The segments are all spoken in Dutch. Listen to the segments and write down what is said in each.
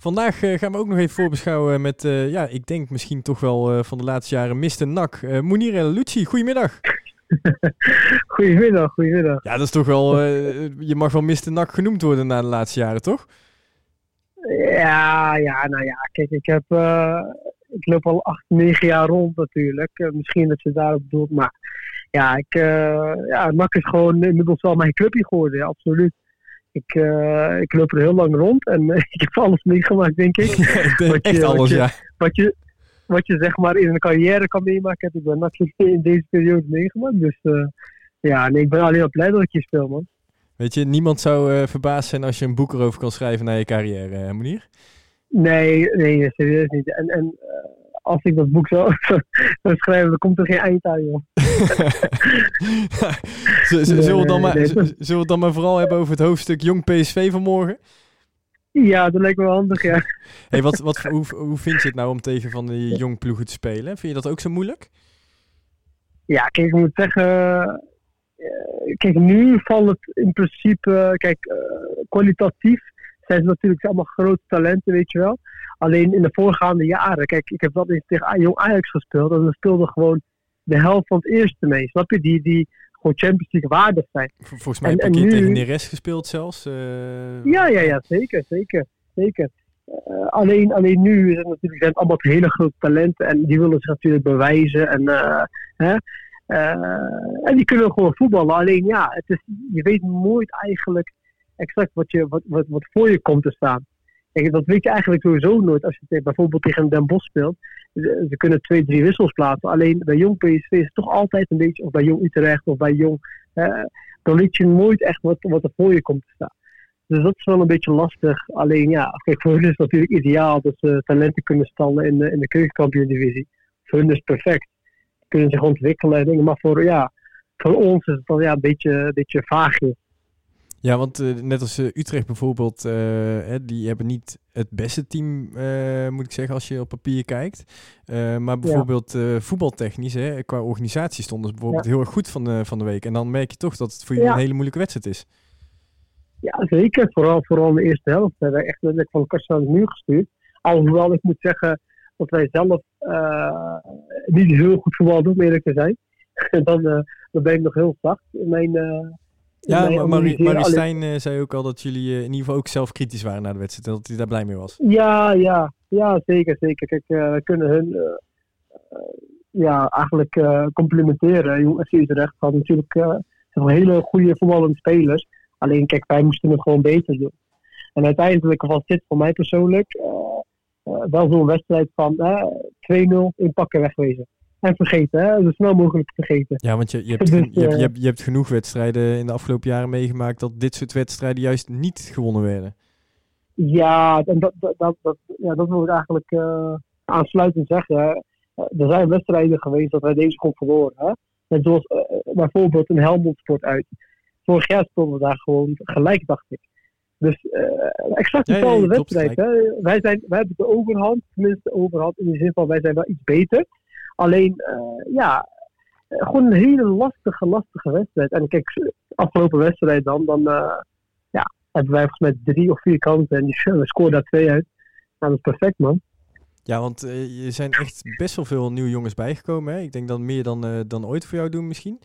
Vandaag gaan we ook nog even voorbeschouwen met, ik denk misschien toch wel van de laatste jaren Mr. NAC. Mounir El Alouchi, goedemiddag. Goedemiddag. Ja, dat is toch wel, je mag wel Mr. NAC genoemd worden na de laatste jaren, toch? Kijk, ik loop al 8, 9 jaar rond natuurlijk. Misschien dat je daarop bedoelt, maar NAC is gewoon inmiddels wel mijn clubje geworden, ja, absoluut. Ik loop er heel lang rond en ik heb alles meegemaakt, denk ik. Wat je zeg maar in een carrière kan meemaken, heb ik bij NAC in deze periode meegemaakt. Dus ik ben alleen maar blij dat ik hier speel, man. Weet je, niemand zou verbaasd zijn als je een boek erover kan schrijven naar je carrière, Mounir? Nee, serieus niet. En als ik dat boek zou schrijven, dan komt er geen eind aan, joh. Zullen we het dan maar vooral hebben over het hoofdstuk Jong PSV vanmorgen? Ja, dat lijkt me wel handig, ja. Hey, hoe vind je het nou om tegen van die jong ploegen te spelen? Vind je dat ook zo moeilijk? Ja, kijk, ik moet zeggen... nu valt het in principe... kwalitatief zijn ze natuurlijk allemaal grote talenten, weet je wel. Alleen in de voorgaande jaren... Kijk, ik heb wel eens tegen Jong Ajax gespeeld. En we speelden gewoon de helft van het eerste mee. Snap je? Die gewoon Champions League waardig zijn. Volgens mij heb ik hier tegen Neres gespeeld zelfs. Ja, zeker. Alleen nu is het natuurlijk, zijn het allemaal hele grote talenten. En die willen zich natuurlijk bewijzen. En die kunnen gewoon voetballen. Alleen je weet nooit eigenlijk exact wat voor je komt te staan. Kijk, dat weet je eigenlijk sowieso nooit als je bijvoorbeeld tegen Den Bosch speelt. Ze kunnen 2-3 wissels plaatsen. Alleen bij Jong PSV is het toch altijd een beetje, of bij Jong Utrecht of bij Jong, dan weet je nooit echt wat er voor je komt te staan. Dus dat is wel een beetje lastig. Alleen kijk, voor hun is het natuurlijk ideaal dat ze talenten kunnen stallen in de keukenkampioen-divisie. Voor hun is het perfect. Kunnen zich ontwikkelen en dingen. Maar voor ons is het dan een beetje vaagje. Ja, want net als Utrecht bijvoorbeeld, die hebben niet het beste team, moet ik zeggen, als je op papier kijkt. Maar bijvoorbeeld voetbaltechnisch, qua organisatie stonden ze bijvoorbeeld heel erg goed van de week. En dan merk je toch dat het voor jullie een hele moeilijke wedstrijd is. Ja, zeker. Vooral in de eerste helft. We hebben echt letterlijk van de kast aan de muur gestuurd. Alhoewel ik moet zeggen dat wij zelf niet heel goed voetballen, om eerlijk te zijn. Dan ben ik nog heel zacht in mijn... maar Marie Stijn zei ook al dat jullie in ieder geval ook zelf kritisch waren naar de wedstrijd en dat hij daar blij mee was. Ja, zeker. Kijk, we kunnen hun eigenlijk complimenteren. Jong FC Utrecht had natuurlijk hele goede voetballende spelers. Alleen, kijk, wij moesten het gewoon beter doen. En uiteindelijk was dit voor mij persoonlijk wel zo'n wedstrijd van 2-0 inpakken wegwezen. En vergeten, zo snel mogelijk vergeten. Ja, want je hebt genoeg wedstrijden in de afgelopen jaren meegemaakt dat dit soort wedstrijden juist niet gewonnen werden. Ja, en dat wil ik eigenlijk aansluitend zeggen. Er zijn wedstrijden geweest dat wij deze gewoon verloren. Hè? Net zoals bijvoorbeeld een Helmond Sport uit. Vorig jaar stonden we daar gewoon gelijk, dacht ik. Dus exact dezelfde wedstrijd. Hè? Wij hebben de overhand, tenminste de overhand in de zin van wij zijn wel iets beter. Alleen, gewoon een hele lastige wedstrijd. En kijk, afgelopen wedstrijd dan hebben wij volgens mij 3 of 4 kansen en we scoren daar 2 uit. Nou, dat is perfect, man. Ja, want er zijn echt best wel veel nieuwe jongens bijgekomen. Hè? Ik denk dat meer dan ooit voor jou doen misschien.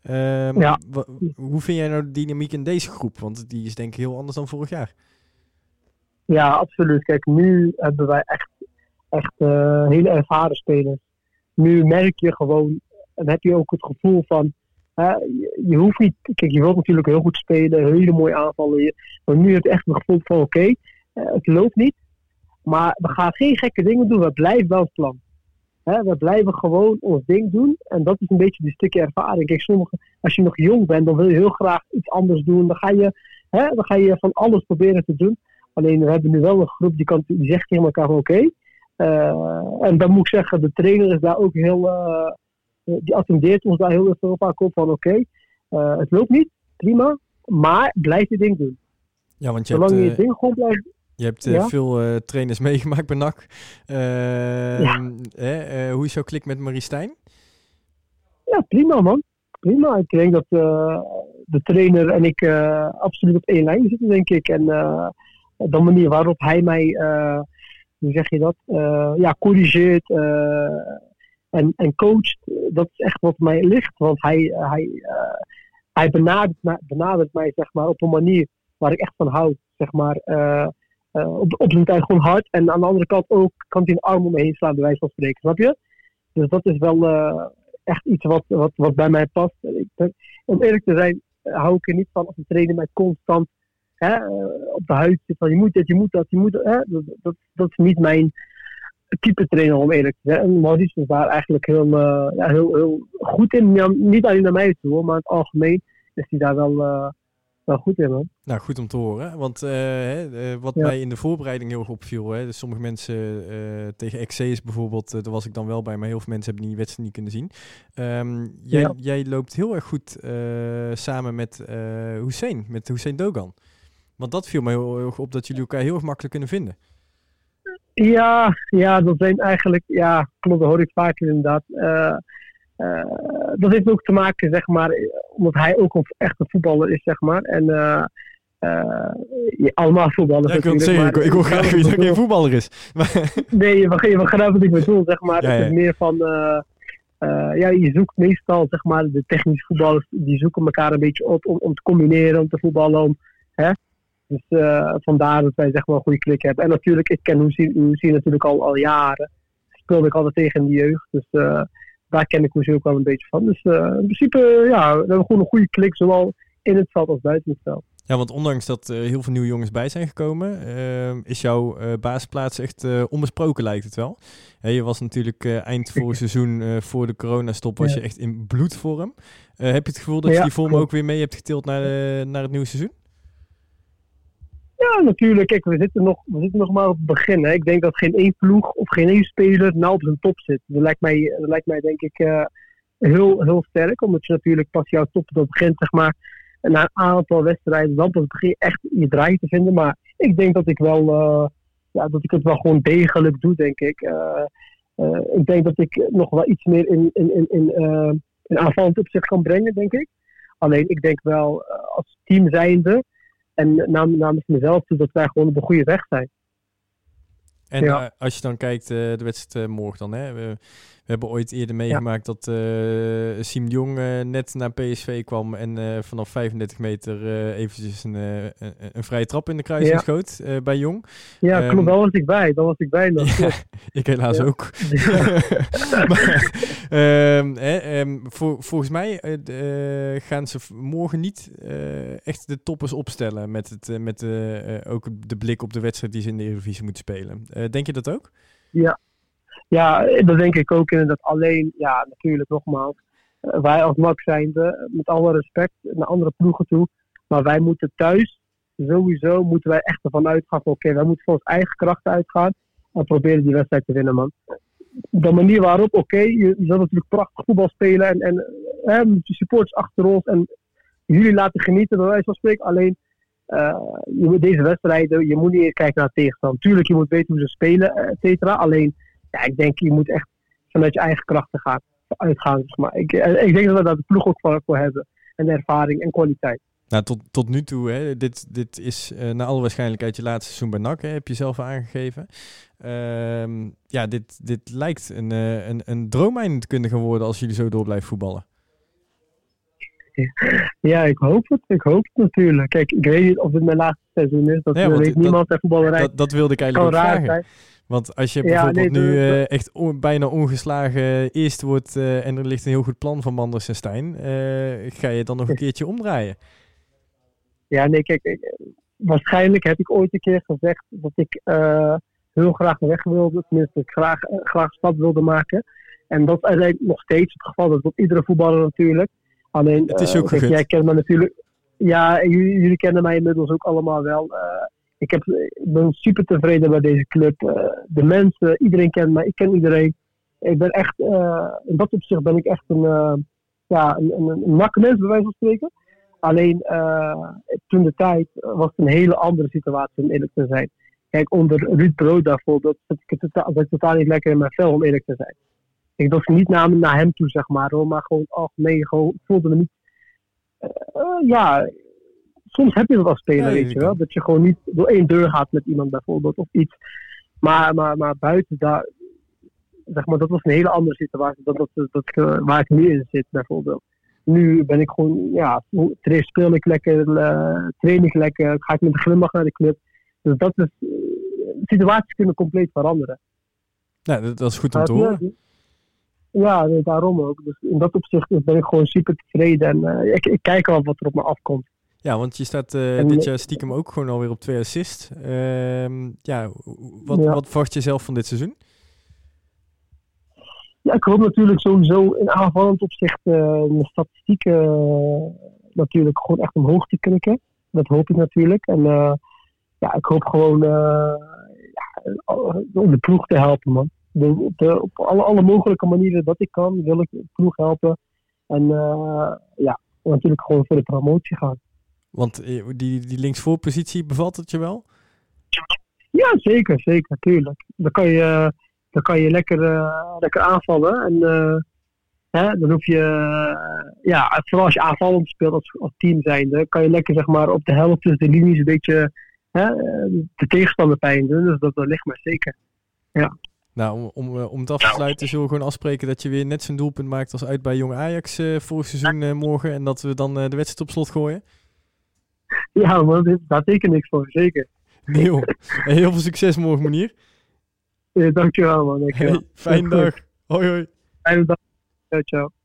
Hoe vind jij nou de dynamiek in deze groep? Want die is denk ik heel anders dan vorig jaar. Ja, absoluut. Kijk, nu hebben wij echt hele ervaren spelers. Nu merk je gewoon, en heb je ook het gevoel van, je hoeft niet, kijk, je wilt natuurlijk heel goed spelen, hele mooie aanvallen, maar nu heb je echt het gevoel van, oké, het loopt niet, maar we gaan geen gekke dingen doen, we blijven wel het plan. We blijven gewoon ons ding doen, en dat is een beetje die stukje ervaring. Kijk, als je nog jong bent, dan wil je heel graag iets anders doen, dan ga je van alles proberen te doen. Alleen, we hebben nu wel een groep die zegt tegen elkaar van, oké. En dan moet ik zeggen, de trainer is daar ook heel... die attendeert ons daar heel veel vaak op van oké, het loopt niet, prima, maar blijf je ding doen. Ja, want zolang je ding gewoon blijft... Je hebt veel trainers meegemaakt bij NAC. Hoe is jouw klik met Marie Stijn? Ja, prima, man. Prima. Ik denk dat de trainer en ik absoluut op één lijn zitten, denk ik. En de manier waarop hij mij, hoe zeg je dat, corrigeert en coacht, dat is echt wat mij ligt. Want hij benadert mij, zeg maar, op een manier waar ik echt van hou, zeg maar, op zijn tijd gewoon hard. En aan de andere kant ook kan hij een arm om me heen slaan, bij wijze van spreken, snap je? Dus dat is wel echt iets wat bij mij past. Om eerlijk te zijn, hou ik er niet van als een trainer mij constant op de huid zit van je moet dit, je moet dat, je moet dat. Dat is niet mijn type trainer, om eerlijk te zijn. En Maurice is daar eigenlijk heel goed in. Ja, niet alleen naar mij toe, maar in het algemeen is hij daar wel goed in, man. Nou, goed om te horen. Want wat mij in de voorbereiding heel erg opviel, dus sommige mensen tegen Excees bijvoorbeeld, daar was ik dan wel bij, maar heel veel mensen hebben die wedstrijd niet kunnen zien. Jij loopt heel erg goed samen met Hussein Dogan. Want dat viel mij heel erg op, dat jullie elkaar heel erg makkelijk kunnen vinden. Ja, dat zijn eigenlijk, klopt, dat hoor ik vaker inderdaad. Dat heeft ook te maken, zeg maar, omdat hij ook een echte voetballer is, zeg maar. En allemaal voetballers. Ja, ik wil het zeggen, ik wil graag weten dat hij geen voetballer is. Nee, je begrijpt wat ik bedoel, zeg maar. Het is meer van, je zoekt meestal, zeg maar, de technische voetballers, die zoeken elkaar een beetje op om te combineren, om te voetballen, Dus vandaar dat wij, zeg maar, een goede klik hebben. En natuurlijk, ik ken Hussein natuurlijk al jaren. Speelde ik altijd tegen in de jeugd. Dus daar ken ik Hussein ook wel een beetje van. Dus in principe, we hebben gewoon een goede klik, zowel in het veld als buiten het veld. Ja, want ondanks dat heel veel nieuwe jongens bij zijn gekomen, is jouw basisplaats echt onbesproken, lijkt het wel. Je was natuurlijk eind vorig seizoen, voor de coronastop, was je echt in bloedvorm. Heb je het gevoel dat je die vorm ook weer mee hebt getild naar het nieuwe seizoen? Ja, natuurlijk. Kijk, we zitten nog maar op het begin. Hè. Ik denk dat geen één ploeg of geen één speler nou op zijn top zit. Dat lijkt mij denk ik heel, heel sterk. Omdat je natuurlijk pas jouw top begint, zeg maar. En na een aantal wedstrijden dan pas begin je echt je draai te vinden. Maar ik denk dat ik wel dat ik het wel gewoon degelijk doe, denk ik. Ik denk dat ik nog wel iets meer in aanvallend opzicht kan brengen, denk ik. Alleen ik denk wel als team zijnde en namens mezelf toe dat wij gewoon op de goede weg zijn. En als je dan kijkt, de wedstrijd morgen dan, hè? We hebben ooit eerder meegemaakt dat Siem de Jong net naar PSV kwam en vanaf 35 meter eventjes een vrije trap in de kruising schoot bij Jong. Ja, klopt, daar was ik bij. Ik helaas ook. Volgens mij gaan ze morgen niet echt de toppers opstellen met ook de blik op de wedstrijd die ze in de Eredivisie moeten spelen. Denk je dat ook? Ja, dat denk ik ook inderdaad. Alleen, natuurlijk nogmaals, wij als NAC zijnde, met alle respect naar andere ploegen toe, maar wij moeten thuis, sowieso moeten wij echt ervan uitgaan van oké, wij moeten van onze eigen krachten uitgaan en proberen die wedstrijd te winnen, man. De manier waarop, je zal natuurlijk prachtig voetbal spelen en met je supporters achter ons en jullie laten genieten, bij wijze van spreken. Alleen, je moet deze wedstrijden, je moet niet eerst kijken naar de tegenstander. Tuurlijk, je moet weten hoe ze spelen, et cetera. Alleen, ik denk, je moet echt vanuit je eigen krachten uitgaan. Zeg maar. Ik denk dat we daar de ploeg ook voor hebben. En de ervaring en kwaliteit. Nou, tot nu toe, hè, dit is naar alle waarschijnlijkheid je laatste seizoen bij NAC, hè, heb je zelf aangegeven. Dit lijkt een droomeinde te kunnen gaan worden als jullie zo door blijven voetballen. Ja, ik hoop het natuurlijk. Kijk, ik weet niet of het mijn laatste seizoen is. Dat weet niemand bij voetballerij. Dat wilde ik eigenlijk ook vragen. Zijn. Want als je bijvoorbeeld echt bijna ongeslagen eerst wordt en er ligt een heel goed plan van Manders en Stijn, ga je dan nog een keertje omdraaien? Ja, nee, kijk, waarschijnlijk heb ik ooit een keer gezegd dat ik heel graag weg wilde. Tenminste, ik graag een stap wilde maken. En dat is uiteindelijk nog steeds het geval. Dat doet iedere voetballer natuurlijk. Alleen, het is ook gegund. Jij kent me natuurlijk. Ja, jullie kennen mij inmiddels ook allemaal wel. Ik ben super tevreden bij deze club. De mensen, iedereen kent mij. Ik ken iedereen. Ik ben echt, in dat opzicht ben ik echt een NAC-mens, bij wijze van spreken. Alleen, toen de tijd was het een hele andere situatie, om eerlijk te zijn. Kijk, onder Ruud Brood bijvoorbeeld, zat ik totaal niet lekker in mijn vel, om eerlijk te zijn. Ik was niet naar hem toe, zeg maar, hoor, maar gewoon algemeen, voelde me niet, soms heb je dat als speler, Ja, weet je wel. Dat je gewoon niet door één deur gaat met iemand bijvoorbeeld of iets. Maar buiten daar, zeg maar, dat was een hele andere situatie dan waar ik nu in zit bijvoorbeeld. Nu ben ik gewoon, ja, speel ik lekker, train ik lekker, ga ik met een glimlach naar de club. Dus dat is, situaties kunnen compleet veranderen. Ja, dat is goed om te horen. Ja, daarom ook. Dus in dat opzicht ben ik gewoon super tevreden en ik kijk al wat er op me afkomt. Ja, want je staat dit jaar stiekem ook gewoon alweer op 2 assists. Wat verwacht je zelf van dit seizoen? Ja, ik hoop natuurlijk sowieso in aanvallend opzicht mijn statistieken natuurlijk gewoon echt omhoog te knikken. Dat hoop ik natuurlijk. En ik hoop gewoon om de ploeg te helpen, man. Op alle mogelijke manieren dat ik kan, wil ik de ploeg helpen. En natuurlijk gewoon voor de promotie gaan. Want die linksvoorpositie, bevalt het je wel? Ja, zeker, tuurlijk. Dan kan je lekker aanvallen. En dan hoef je, vooral als je aanvallend speelt als team zijnde, kan je lekker zeg maar op de helft tussen de linies een beetje de tegenstander pijn doen. Dus dat ligt maar zeker. Ja. Nou, om het af te sluiten zullen we gewoon afspreken dat je weer net zo'n doelpunt maakt als uit bij Jong Ajax vorig seizoen morgen. En dat we dan de wedstrijd op slot gooien. Ja, maar daar teken ik voor, zeker. Neil, heel veel succes morgen, meneer. Ja, dankjewel, man. Dankjewel. Hey, fijne dag. Hoi, hoi. Fijne dag. Ciao, ciao.